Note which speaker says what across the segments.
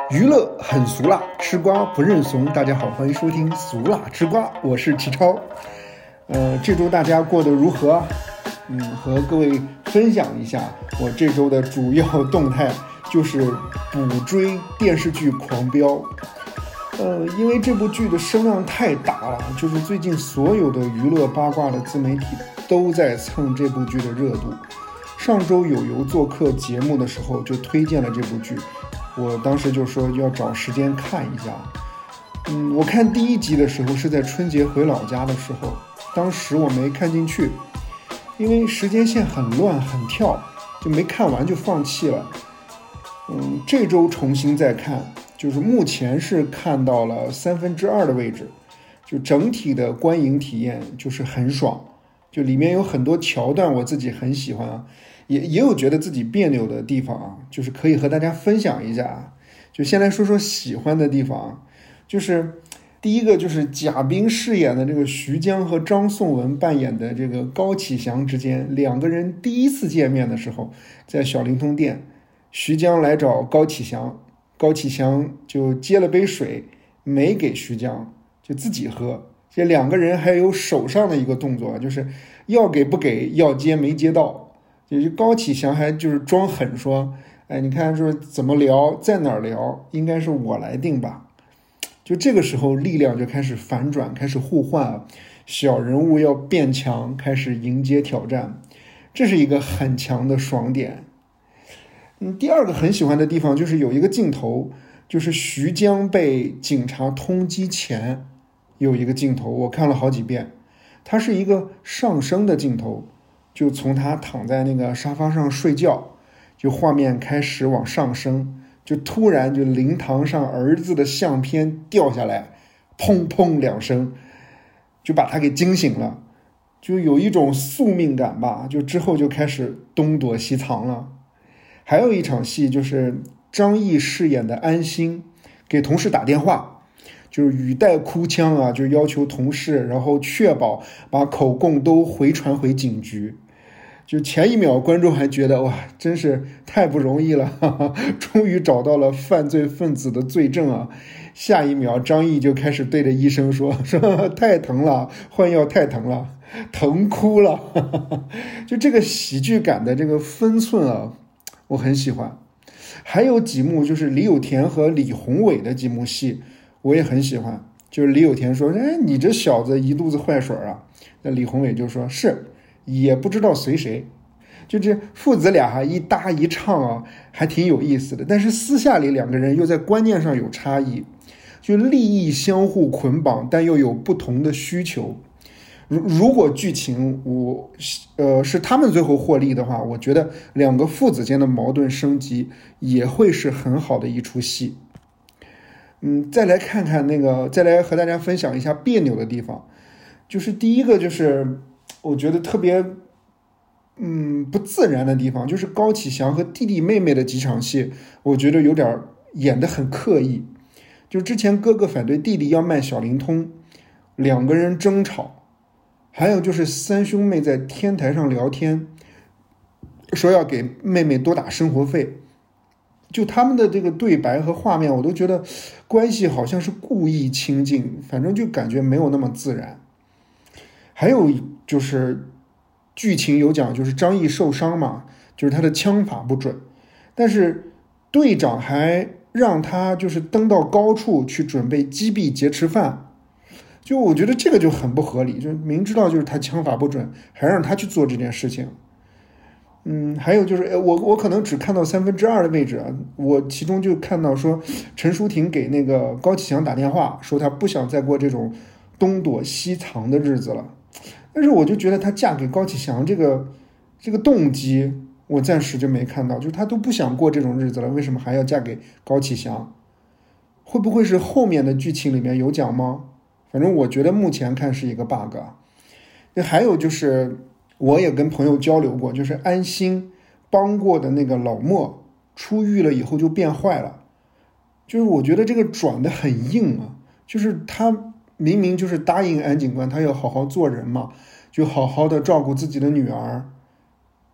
Speaker 1: 娱乐很俗辣，吃瓜不认怂。大家好，欢迎收听俗辣吃瓜，我是齐超。这周大家过得如何？和各位分享一下我这周的主要动态，就是补追电视剧《狂飙》。因为这部剧的声量太大了，就是最近所有的娱乐八卦的自媒体都在蹭这部剧的热度。上周有游做客节目的时候就推荐了这部剧，我当时就说要找时间看一下。我看第一集的时候是在春节回老家的时候，当时我没看进去，因为时间线很乱很跳，就没看完就放弃了。这周重新再看，就是目前是看到了2/3的位置，就整体的观影体验就是很爽，就里面有很多桥段我自己很喜欢啊，也有觉得自己别扭的地方啊，就是可以和大家分享一下啊。就先来说说喜欢的地方啊，就是第一个就是贾冰饰演的这个徐江和张颂文扮演的这个高启祥之间，两个人第一次见面的时候，在小灵通店，徐江来找高启祥，高启祥就接了杯水没给徐江，就自己喝。这两个人还有手上的一个动作，就是要给不给，要接没接到。也就高启祥还就是装狠说，你看说怎么聊，在哪儿聊，应该是我来定吧。就这个时候力量就开始反转，开始互换，小人物要变强，开始迎接挑战，这是一个很强的爽点。第二个很喜欢的地方就是有一个镜头，就是徐江被警察通缉前有一个镜头，我看了好几遍，它是一个上升的镜头，就从他躺在那个沙发上睡觉，就画面开始往上升，就突然就灵堂上儿子的相片掉下来，砰砰2声，就把他给惊醒了，就有一种宿命感吧，就之后就开始东躲西藏了。还有一场戏就是张译饰演的安心给同事打电话，就是语带哭腔啊，就要求同事然后确保把口供都回传回警局。就前一秒观众还觉得哇，真是太不容易了，终于找到了犯罪分子的罪证啊。下一秒张译就开始对着医生说太疼了，换药太疼了，疼哭了。就这个喜剧感的这个分寸啊，我很喜欢。还有几幕就是李有田和李宏伟的几幕戏我也很喜欢，就是李有田说你这小子一肚子坏水啊，那李宏伟就说是也不知道随谁，就这父子俩一搭一唱啊，还挺有意思的。但是私下里两个人又在观念上有差异，就利益相互捆绑，但又有不同的需求。如果剧情是他们最后获利的话，我觉得两个父子间的矛盾升级也会是很好的一出戏。再来看看再来和大家分享一下别扭的地方。就是第一个就是我觉得特别不自然的地方，就是高启祥和弟弟妹妹的几场戏，我觉得有点演得很刻意。就之前哥哥反对弟弟要卖小灵通，两个人争吵。还有就是三兄妹在天台上聊天，说要给妹妹多打生活费，就他们的这个对白和画面，我都觉得关系好像是故意亲近，反正就感觉没有那么自然。还有就是剧情有讲，就是张译受伤嘛，就是他的枪法不准，但是队长还让他就是登到高处去准备击毙劫持犯。就我觉得这个就很不合理，就明知道就是他枪法不准，还让他去做这件事情。还有就是我可能只看到2/3的位置啊，我其中就看到说陈淑婷给那个高启祥打电话，说她不想再过这种东躲西藏的日子了。但是我就觉得她嫁给高启祥这个动机，我暂时就没看到，就是她都不想过这种日子了，为什么还要嫁给高启祥？会不会是后面的剧情里面有讲吗？反正我觉得目前看是一个 bug。 还有就是我也跟朋友交流过，就是安心帮过的那个老莫出狱了以后就变坏了，就是我觉得这个转得很硬啊，就是他明明就是答应安警官他要好好做人嘛，就好好的照顾自己的女儿，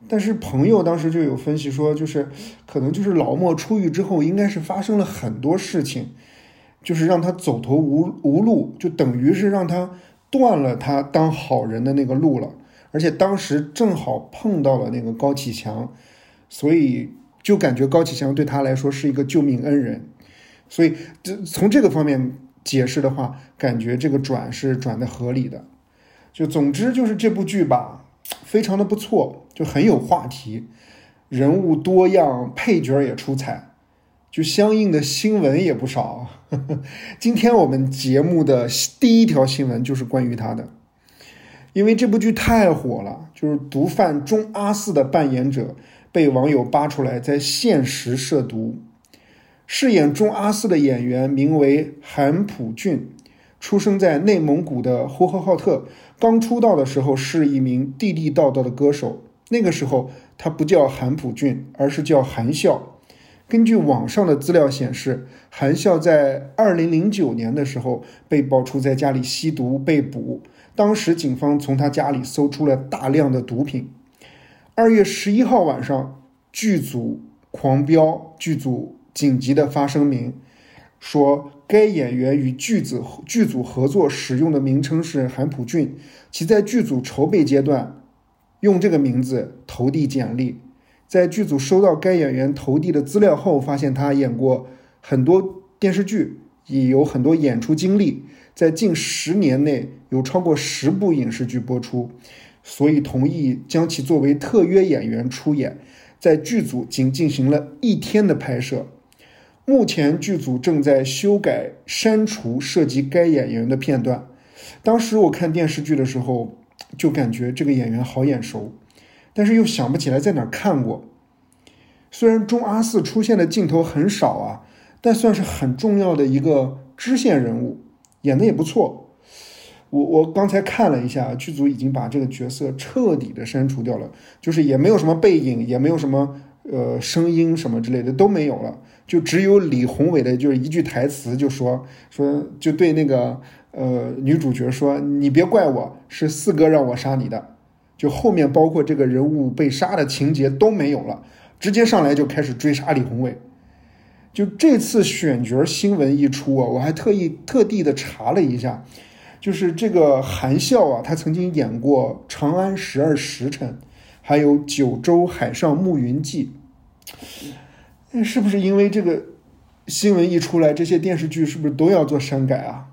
Speaker 1: 但是朋友当时就有分析说，可能老莫出狱之后，应该是发生了很多事情，就是让他走投无路，就等于是让他断了他当好人的那个路了。而且当时正好碰到了那个高启强，所以就感觉高启强对他来说是一个救命恩人。所以从这个方面解释的话，感觉这个转是转的合理的。就总之这部剧吧，非常的不错，就很有话题，人物多样，配角也出彩，就相应的新闻也不少。今天我们节目的第一条新闻就是关于他的。因为这部剧太火了，就是毒贩钟阿四的扮演者被网友扒出来在现实涉毒。饰演钟阿四的演员名为韩普俊，出生在内蒙古的呼和浩特，刚出道的时候是一名地地道道的歌手。那个时候他不叫韩普俊，而是叫韩笑。根据网上的资料显示，韩笑在2009年的时候被爆出在家里吸毒被捕，当时警方从他家里搜出了大量的毒品。2月11号晚上，剧组狂飙，剧组紧急的发声明说，该演员与剧组合作使用的名称是韩普俊，其在剧组筹备阶段用这个名字投递简历。在剧组收到该演员投递的资料后，发现他演过很多电视剧，也有很多演出经历，在近10年内有超过10部影视剧播出，所以同意将其作为特约演员出演。在剧组仅进行了1天的拍摄，目前剧组正在修改删除涉及该演员的片段。当时我看电视剧的时候就感觉这个演员好眼熟，但是又想不起来在哪儿看过。虽然钟阿四出现的镜头很少啊，但算是很重要的一个支线人物，演的也不错。我刚才看了一下，剧组已经把这个角色彻底的删除掉了，就是也没有什么背影，也没有什么声音什么之类的都没有了，就只有李宏伟的就是一句台词，就说就对那个女主角说，你别怪我，是四哥让我杀你的。就后面包括这个人物被杀的情节都没有了，直接上来就开始追杀李宏伟。就这次选角新闻一出啊，我还特地的查了一下，就是这个韩笑啊，他曾经演过《长安12时辰》，还有《九州海上牧云记》。是不是因为这个新闻一出来，这些电视剧是不是都要做删改啊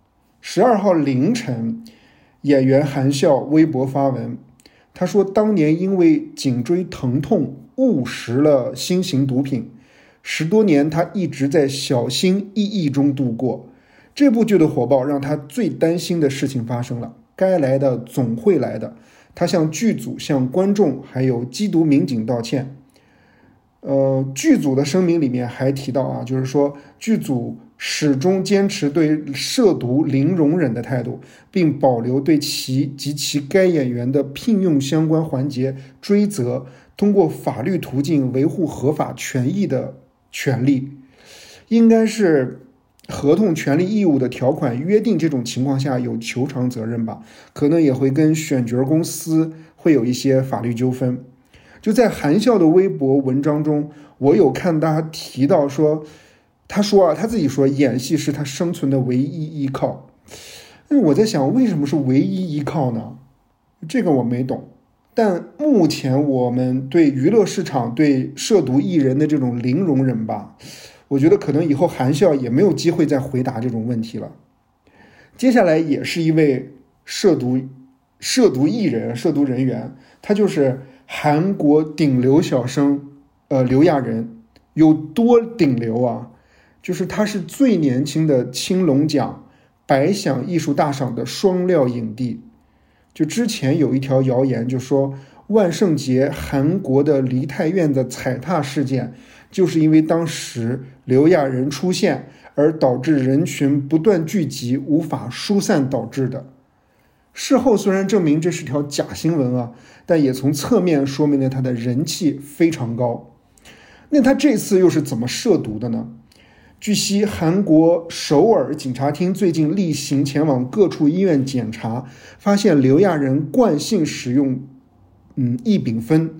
Speaker 1: ？12号凌晨，演员韩笑微博发文，他说当年因为颈椎疼痛误食了新型毒品，10多年他一直在小心翼翼中度过。这部剧的火爆让他最担心的事情发生了，该来的总会来的。他向剧组、向观众还有缉毒民警道歉。剧组的声明里面还提到啊，就是说剧组始终坚持对涉毒零容忍的态度，并保留对其及其该演员的聘用相关环节追责，通过法律途径维护合法权益的权利。应该是合同权利义务的条款约定这种情况下有求偿责任吧，可能也会跟选角公司会有一些法律纠纷。就在韩笑的微博文章中，我有看他提到说，他自己说演戏是他生存的唯一依靠。我在想，为什么是唯一依靠呢？这个我没懂。但目前我们对娱乐市场对涉毒艺人的这种零容忍吧，我觉得可能以后韩笑也没有机会再回答这种问题了。接下来也是一位涉毒艺人、涉毒人员，他就是韩国顶流小生刘亚仁。有多顶流啊？就是他是最年轻的青龙奖百想艺术大赏的双料影帝。就之前有一条谣言就说，万圣节韩国的梨泰院的踩踏事件就是因为当时刘亚仁出现而导致人群不断聚集无法疏散导致的。事后虽然证明这是条假新闻啊，但也从侧面说明了他的人气非常高。那他这次又是怎么涉毒的呢？据悉，韩国首尔警察厅最近例行前往各处医院检查，发现刘亚仁惯性使用异丙酚，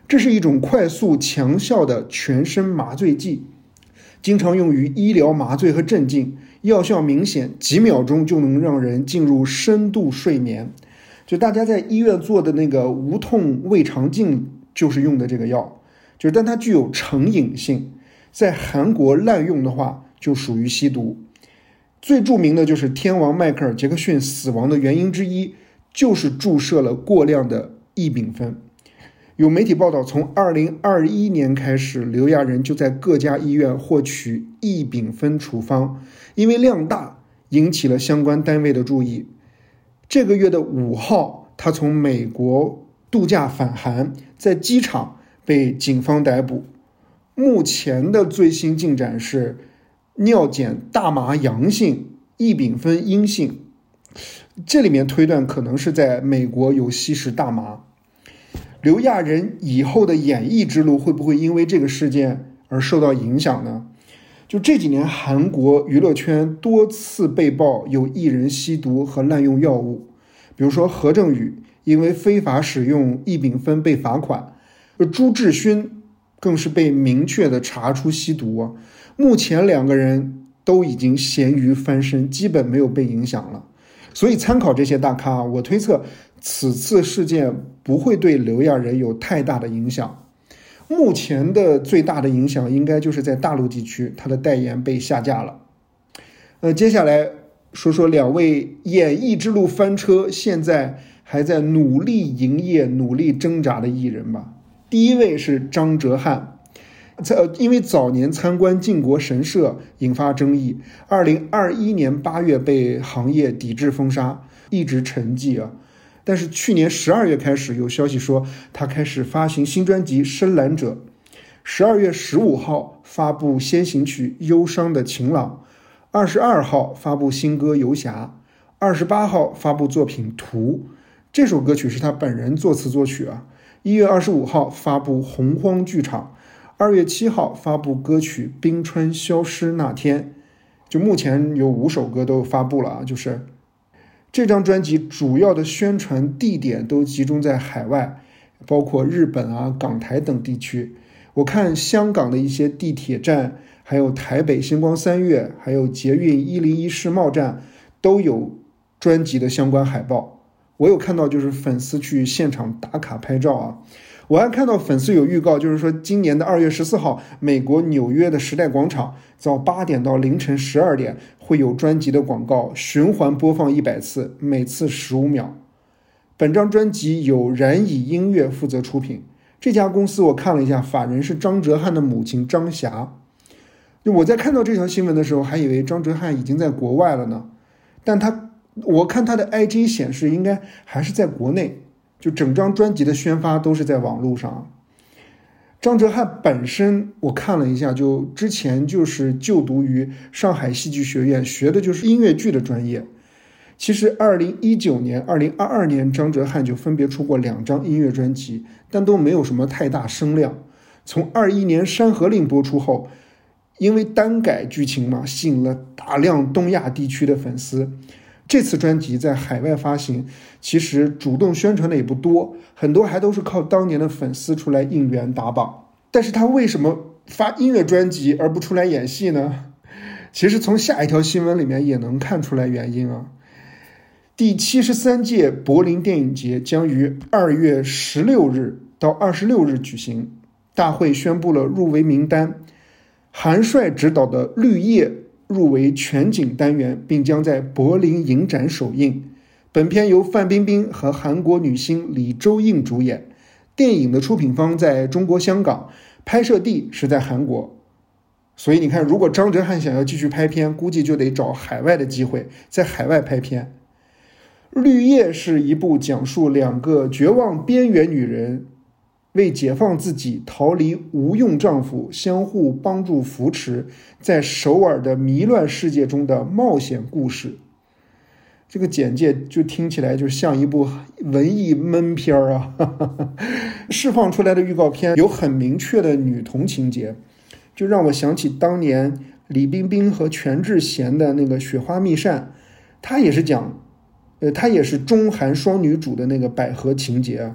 Speaker 1: 这是一种快速强效的全身麻醉剂，经常用于医疗麻醉和镇静，药效明显，几秒钟就能让人进入深度睡眠。就大家在医院做的那个无痛胃肠镜就是用的这个药，但它具有成瘾性，在韩国滥用的话就属于吸毒。最著名的就是天王迈克尔·杰克逊死亡的原因之一，就是注射了过量的异丙酚。有媒体报道，从2021年开始，刘亚仁就在各家医院获取异丙酚处方，因为量大，引起了相关单位的注意。这个月的5号，他从美国度假返韩，在机场被警方逮捕。目前的最新进展是尿检大麻阳性，异丙酚阴性，这里面推断可能是在美国有吸食大麻。刘亚仁以后的演艺之路会不会因为这个事件而受到影响呢？就这几年韩国娱乐圈多次被曝有艺人吸毒和滥用药物，比如说何正宇因为非法使用异丙酚被罚款，而朱智勋更是被明确的查出吸毒。目前2个人都已经咸鱼翻身，基本没有被影响了。所以参考这些大咖，我推测此次事件不会对刘亚仁有太大的影响。目前的最大的影响应该就是在大陆地区，他的代言被下架了。接下来说说2位演艺之路翻车，现在还在努力营业、努力挣扎的艺人吧。第一位是张哲瀚，因为早年参观靖国神社引发争议，2021年8月被行业抵制封杀，一直沉寂啊。但是去年12月开始有消息说他开始发行新专辑《深蓝者》，12月15号发布先行曲《忧伤的晴朗》，22号发布新歌《游侠》，28号发布作品《图》，这首歌曲是他本人作词作曲啊。1月25号发布《洪荒剧场》，2月7号发布歌曲《冰川消失那天》，就目前有5首歌都发布了啊。就是这张专辑主要的宣传地点都集中在海外，包括日本啊、港台等地区。我看香港的一些地铁站，还有台北星光三月，还有捷运101世贸站都有专辑的相关海报。我有看到就是粉丝去现场打卡拍照啊。我还看到粉丝有预告，就是说今年的2月14号，美国纽约的时代广场早8点到凌晨12点会有专辑的广告循环播放100次，每次15秒。本张专辑由燃蚁音乐负责出品，这家公司我看了一下，法人是张哲瀚的母亲张霞。我在看到这条新闻的时候还以为张哲瀚已经在国外了呢，但我看他的 IG 显示应该还是在国内，就整张专辑的宣发都是在网络上。张哲瀚本身我看了一下，就之前就是就读于上海戏剧学院，学的就是音乐剧的专业。其实2019年、2022年张哲瀚就分别出过2张音乐专辑，但都没有什么太大声量。从21年《山河令》播出后，因为单改剧情嘛，吸引了大量东亚地区的粉丝。这次专辑在海外发行，其实主动宣传的也不多，很多还都是靠当年的粉丝出来应援打榜。但是他为什么发音乐专辑而不出来演戏呢？其实从下一条新闻里面也能看出来原因啊。第73届柏林电影节将于2月16日到26日举行，大会宣布了入围名单，韩帅执导的《绿叶》入围全景单元，并将在柏林影展首映。本片由范冰冰和韩国女星李周映主演，电影的出品方在中国香港，拍摄地是在韩国。所以你看，如果张哲瀚想要继续拍片，估计就得找海外的机会，在海外拍片。绿叶是一部讲述2个绝望边缘女人为解放自己、逃离无用丈夫，相互帮助扶持，在首尔的迷乱世界中的冒险故事。这个简介就听起来就像一部文艺闷片啊！释放出来的预告片有很明确的女同情节，就让我想起当年李冰冰和全智贤的那个《雪花秘扇》，她也是中韩双女主的那个百合情节啊。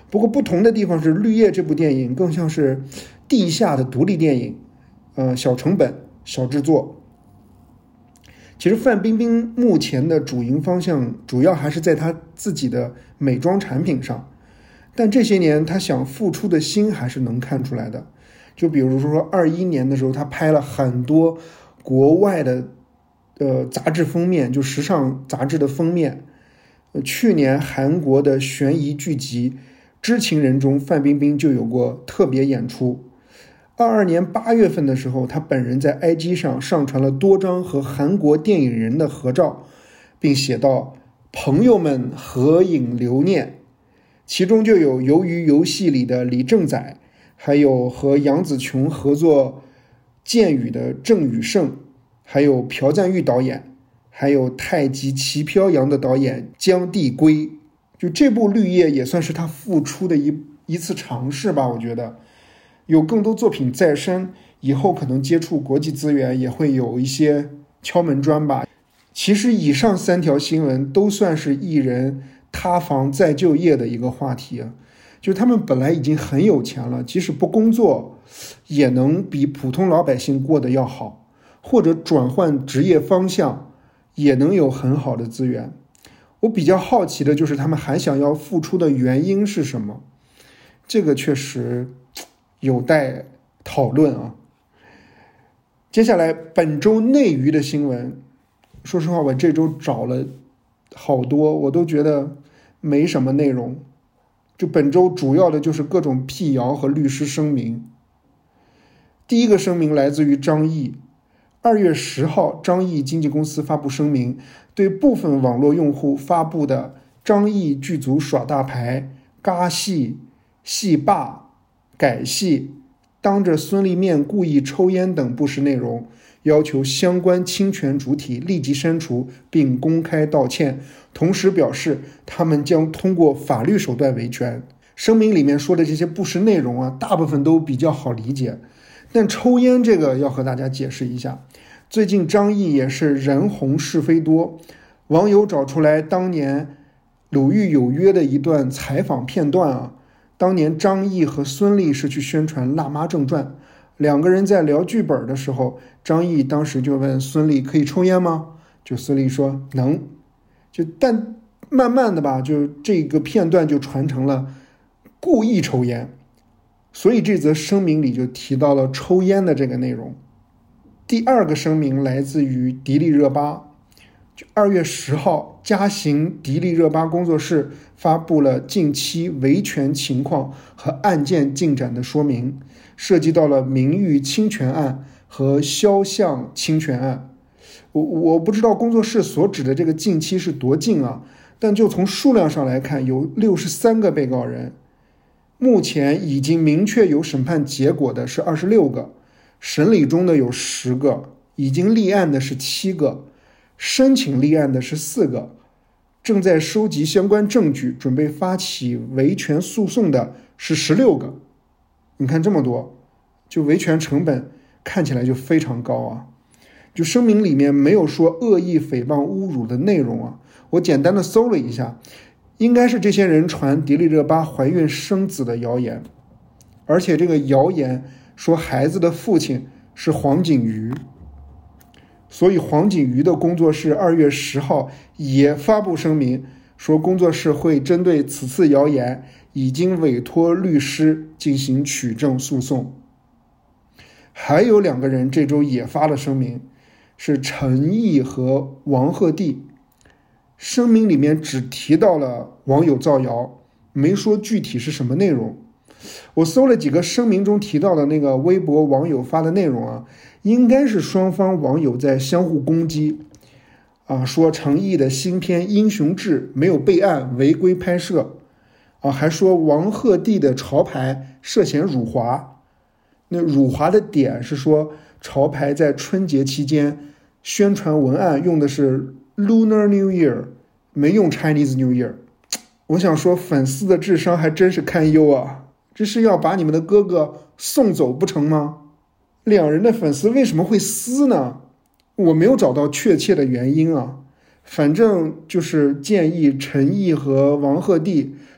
Speaker 1: 不过不同的地方是，《绿叶》这部电影更像是地下的独立电影，小成本、小制作。其实范冰冰目前的主营方向主要还是在她自己的美妆产品上，但这些年她想付出的心还是能看出来的。就比如说21年的时候，她拍了很多国外的杂志封面，就时尚杂志的封面。去年韩国的悬疑剧集《知情人》中，范冰冰就有过特别演出。22年8月份的时候，她本人在 IG 上上传了多张和韩国电影人的合照，并写道：朋友们合影留念。其中就有鱿鱼游戏里的李正宰，还有和杨紫琼合作剑雨的郑宇盛，还有朴赞郁导演，还有太极旗飘扬的导演姜帝圭。就这部《绿叶》也算是他复出的一次尝试吧，我觉得有更多作品在身，以后可能接触国际资源也会有一些敲门砖吧。其实以上3条新闻都算是艺人塌房再就业的一个话题啊。就他们本来已经很有钱了，即使不工作也能比普通老百姓过得要好，或者转换职业方向也能有很好的资源。我比较好奇的就是他们还想要付出的原因是什么，这个确实有待讨论啊。接下来本周内娱的新闻，说实话我这周找了好多，我都觉得没什么内容。就本周主要的就是各种辟谣和律师声明。第一个声明来自于张译。2月10号，张译经纪公司发布声明，对部分网络用户发布的张译剧组耍大牌、嘎戏、戏霸、改戏、当着孙俪面故意抽烟等不实内容，要求相关侵权主体立即删除并公开道歉，同时表示他们将通过法律手段维权。声明里面说的这些不实内容啊，大部分都比较好理解，但抽烟这个要和大家解释一下。最近张译也是人红是非多，网友找出来当年鲁豫有约的一段采访片段啊。当年张译和孙俪是去宣传《辣妈正传》，两个人在聊剧本的时候，张译当时就问孙俪可以抽烟吗？就孙俪说能。但慢慢的吧，就这个片段就传成了故意抽烟，所以这则声明里就提到了抽烟的这个内容。第二个声明来自于迪丽热巴。2月10号，嘉行迪丽热巴工作室发布了近期维权情况和案件进展的说明，涉及到了名誉侵权案和肖像侵权案。我不知道工作室所指的这个近期是多近啊，但就从数量上来看，有63个被告人，目前已经明确有审判结果的是26个，审理中的有10个，已经立案的是7个，申请立案的是4个，正在收集相关证据准备发起维权诉讼的是16个。你看这么多，就维权成本看起来就非常高啊。就声明里面没有说恶意诽谤侮辱的内容啊，我简单的搜了一下，应该是这些人传迪丽热巴怀孕生子的谣言，而且这个谣言说孩子的父亲是黄景瑜，所以黄景瑜的工作室2月10号也发布声明，说工作室会针对此次谣言已经委托律师进行取证诉讼。还有2个人这周也发了声明，是陈毅和王鹤棣。声明里面只提到了网友造谣，没说具体是什么内容。我搜了几个声明中提到的那个微博网友发的内容啊，应该是双方网友在相互攻击啊，说陈毅的新片《英雄志》没有备案违规拍摄啊，还说王鹤棣的潮牌涉嫌辱华。那辱华的点是说潮牌在春节期间宣传文案用的是 Lunar New Year， 没用 Chinese New Year。 我想说粉丝的智商还真是堪忧啊，这是要把你们的哥哥送走不成吗？2人的粉丝为什么会撕呢？我没有找到确切的原因啊，反正就是建议陈毅和王鹤棣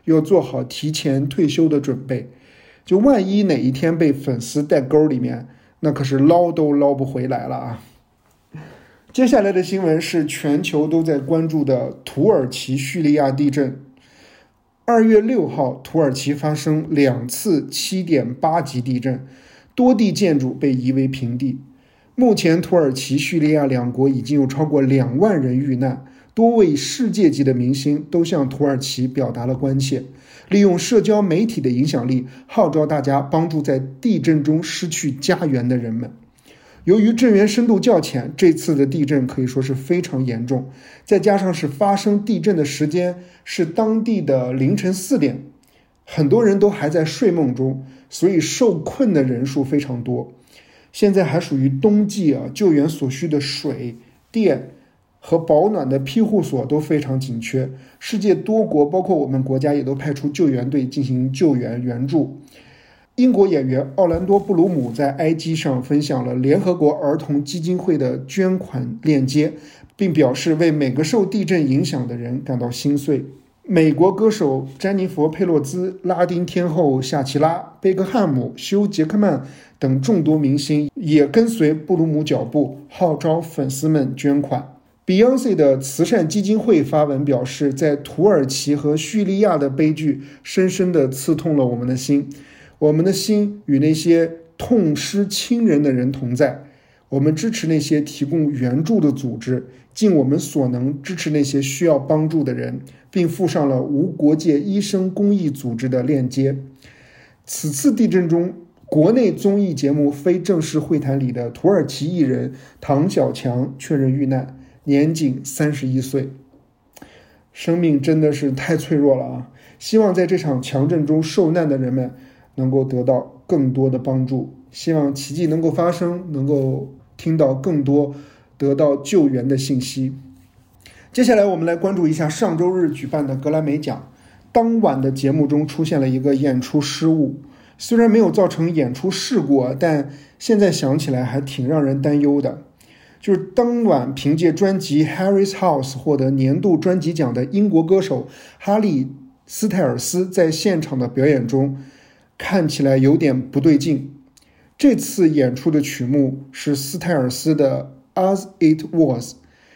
Speaker 1: 要做好提前退休的准备。就万一哪一天被粉丝带沟里面，那可是捞都捞不回来了啊！接下来的新闻是全球都在关注的土耳其叙利亚地震。2月6号，土耳其发生2次 7.8 级地震，多地建筑被夷为平地。目前土耳其、叙利亚两国已经有超过2万人遇难，多位世界级的明星都向土耳其表达了关切，利用社交媒体的影响力，号召大家帮助在地震中失去家园的人们。由于震源深度较浅，这次的地震可以说是非常严重，再加上是发生地震的时间是当地的凌晨4点，很多人都还在睡梦中，所以受困的人数非常多。现在还属于冬季啊，救援所需的水、电和保暖的庇护所都非常紧缺。世界多国包括我们国家也都派出救援队进行救援援助。英国演员奥兰多·布鲁姆在 IG 上分享了联合国儿童基金会的捐款链接，并表示为每个受地震影响的人感到心碎。美国歌手詹妮弗·佩洛兹、拉丁天后夏奇拉、贝克汉姆、休·杰克曼等众多明星也跟随布鲁姆脚步，号召粉丝们捐款。Beyoncé 的慈善基金会发文表示，在土耳其和叙利亚的悲剧深深地刺痛了我们的心，我们的心与那些痛失亲人的人同在。我们支持那些提供援助的组织，尽我们所能支持那些需要帮助的人，并附上了无国界医生公益组织的链接。此次地震中，国内综艺节目非正式会谈里的土耳其艺人唐小强确认遇难，年仅31岁。生命真的是太脆弱了啊！希望在这场强震中受难的人们能够得到更多的帮助，希望奇迹能够发生，能够听到更多得到救援的信息。接下来我们来关注一下上周日举办的格莱美奖。当晚的节目中出现了一个演出失误，虽然没有造成演出事故，但现在想起来还挺让人担忧的。就是当晚凭借专辑 Harry's House 获得年度专辑奖的英国歌手哈利斯泰尔斯在现场的表演中看起来有点不对劲。这次演出的曲目是斯泰尔斯的 As It Was，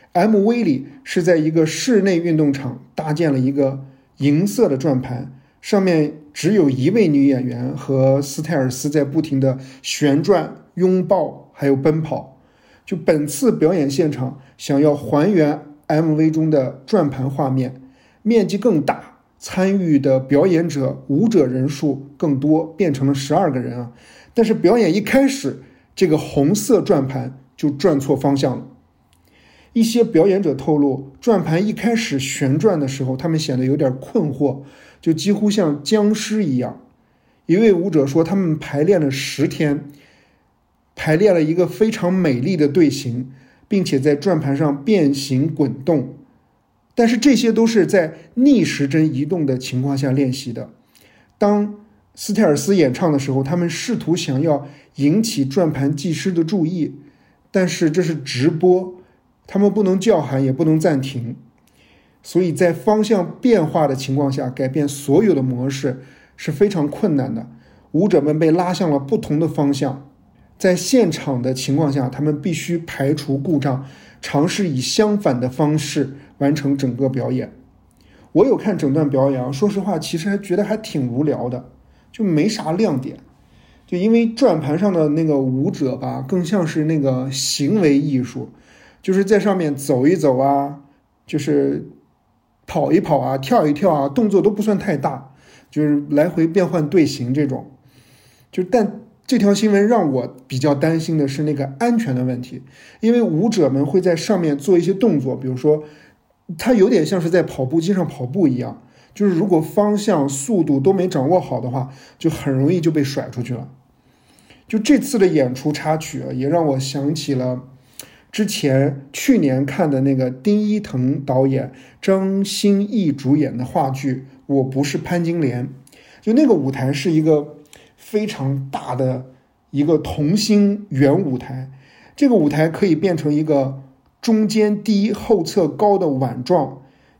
Speaker 1: MV 里是在一个室内运动场搭建了一个银色的转盘，上面只有一位女演员和斯泰尔斯在不停的旋转、拥抱还有奔跑。就本次表演现场想要还原 MV 中的转盘画面，面积更大，参与的表演者舞者人数更多，变成了12个人啊。但是表演一开始，这个红色转盘就转错方向了。一些表演者透露，转盘一开始旋转的时候，他们显得有点困惑，就几乎像僵尸一样。一位舞者说，他们排练了10天，排练了一个非常美丽的队形，并且在转盘上变形滚动，但是这些都是在逆时针移动的情况下练习的。当斯泰尔斯演唱的时候，他们试图想要引起转盘技师的注意，但是这是直播，他们不能叫喊也不能暂停，所以在方向变化的情况下改变所有的模式是非常困难的。舞者们被拉向了不同的方向，在现场的情况下，他们必须排除故障，尝试以相反的方式完成整个表演。我有看整段表演，说实话其实还觉得还挺无聊的，就没啥亮点。就因为转盘上的那个舞者吧，更像是那个行为艺术，就是在上面走一走啊，就是跑一跑啊，跳一跳啊，动作都不算太大，就是来回变换队形这种。但这条新闻让我比较担心的是那个安全的问题，因为舞者们会在上面做一些动作，比如说它有点像是在跑步机上跑步一样，就是如果方向速度都没掌握好的话，就很容易就被甩出去了。就这次的演出插曲也让我想起了去年看的那个丁一腾导演、张歆艺主演的话剧《我不是潘金莲》。就那个舞台是一个非常大的一个同心圆舞台，这个舞台可以变成一个中间低后侧高的碗状，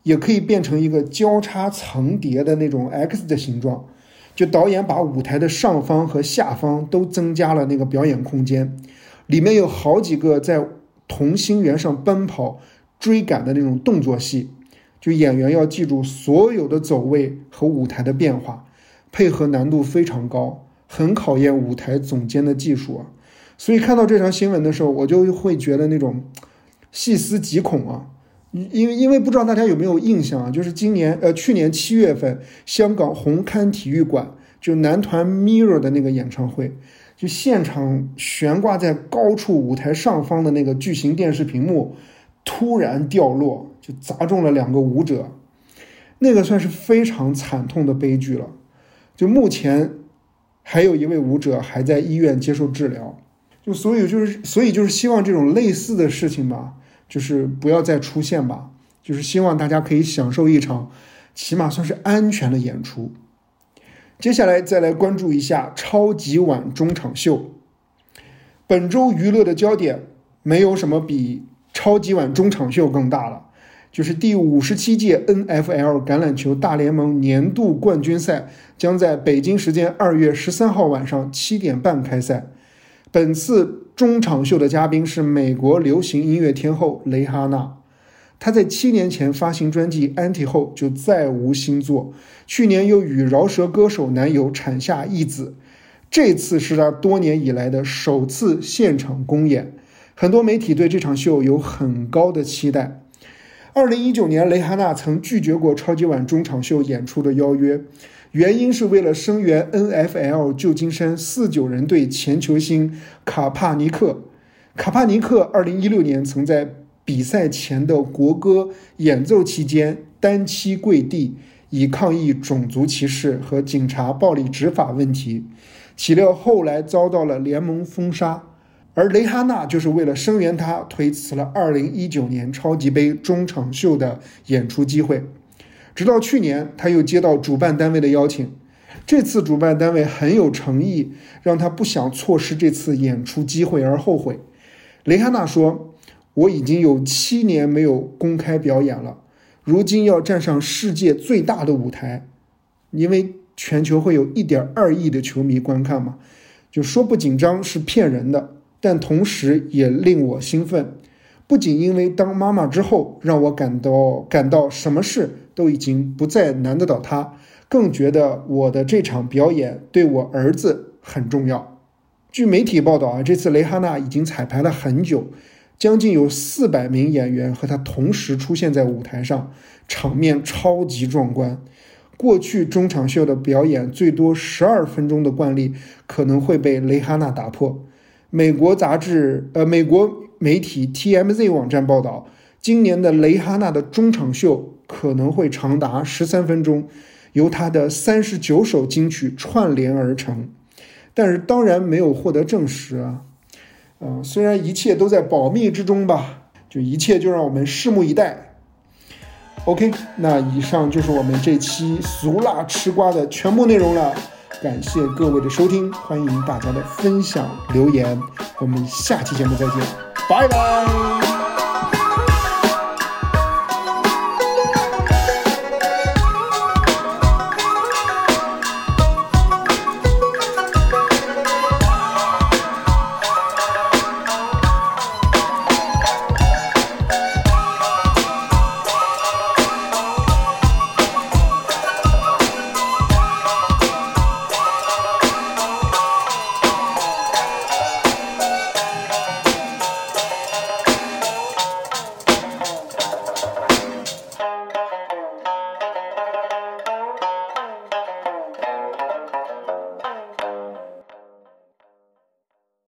Speaker 1: 也可以变成一个交叉层叠的那种 X 的形状。就导演把舞台的上方和下方都增加了那个表演空间，里面有好几个在同心圆上奔跑追赶的那种动作戏，就演员要记住所有的走位和舞台的变化，配合难度非常高，很考验舞台总监的技术啊。所以看到这条新闻的时候，我就会觉得那种细思极恐啊。因为不知道大家有没有印象啊，就是去年7月份香港红磡体育馆就男团 Mirror 的那个演唱会，就现场悬挂在高处舞台上方的那个巨型电视屏幕突然掉落，就砸中了2个舞者，那个算是非常惨痛的悲剧了。就目前还有1位舞者还在医院接受治疗，所以就是希望这种类似的事情吧，就是不要再出现吧，就是希望大家可以享受一场起码算是安全的演出。接下来再来关注一下超级碗中场秀。本周娱乐的焦点没有什么比超级碗中场秀更大了，就是第57届 NFL 橄榄球大联盟年度冠军赛将在北京时间2月13号晚上7点半开赛。本次中场秀的嘉宾是美国流行音乐天后蕾哈娜，她在7年前发行专辑《Anti》后就再无新作，去年又与饶舌歌手男友产下一子，这次是她多年以来的首次现场公演，很多媒体对这场秀有很高的期待。2019年蕾哈娜曾拒绝过超级碗中场秀演出的邀约，原因是为了声援 NFL 旧金山49人队前球星卡帕尼克。卡帕尼克2016年曾在比赛前的国歌演奏期间单膝跪地，以抗议种族歧视和警察暴力执法问题，岂料后来遭到了联盟封杀。而蕾哈娜就是为了声援他推迟了2019年超级杯中场秀的演出机会。直到去年他又接到主办单位的邀请，这次主办单位很有诚意，让他不想错失这次演出机会而后悔。蕾哈娜说，我已经有7年没有公开表演了，如今要站上世界最大的舞台，因为全球会有 1.2 亿的球迷观看嘛，就说不紧张是骗人的，但同时也令我兴奋。不仅因为当妈妈之后让我感到什么事都已经不再难得倒她，更觉得我的这场表演对我儿子很重要。据媒体报道啊，这次蕾哈娜已经彩排了很久，将近有400名演员和她同时出现在舞台上，场面超级壮观。过去中场秀的表演最多12分钟的惯例可能会被蕾哈娜打破。美国媒体 TMZ 网站报道，今年的蕾哈娜的中场秀可能会长达13分钟，由她的39首金曲串联而成，但是当然没有获得证实啊。虽然一切都在保密之中吧，就一切就让我们拭目以待。OK， 那以上就是我们这期俗辣吃瓜的全部内容了。感谢各位的收听，欢迎大家的分享留言，我们下期节目再见，拜拜。